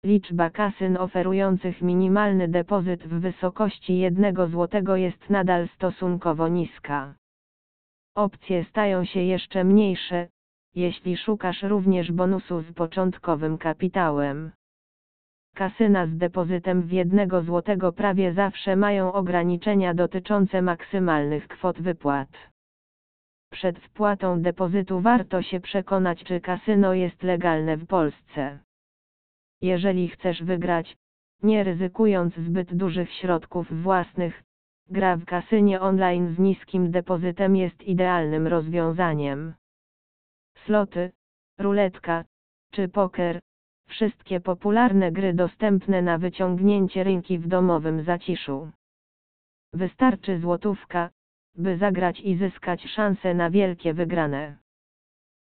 Liczba kasyn oferujących minimalny depozyt w wysokości 1 zł jest nadal stosunkowo niska. Opcje stają się jeszcze mniejsze, jeśli szukasz również bonusu z początkowym kapitałem. Kasyna z depozytem w 1 zł prawie zawsze mają ograniczenia dotyczące maksymalnych kwot wypłat. Przed wpłatą depozytu warto się przekonać, czy kasyno jest legalne w Polsce. Jeżeli chcesz wygrać, nie ryzykując zbyt dużych środków własnych, gra w kasynie online z niskim depozytem jest idealnym rozwiązaniem. Sloty, ruletka, czy poker, wszystkie popularne gry dostępne na wyciągnięcie ręki w domowym zaciszu. Wystarczy złotówka, by zagrać i zyskać szansę na wielkie wygrane.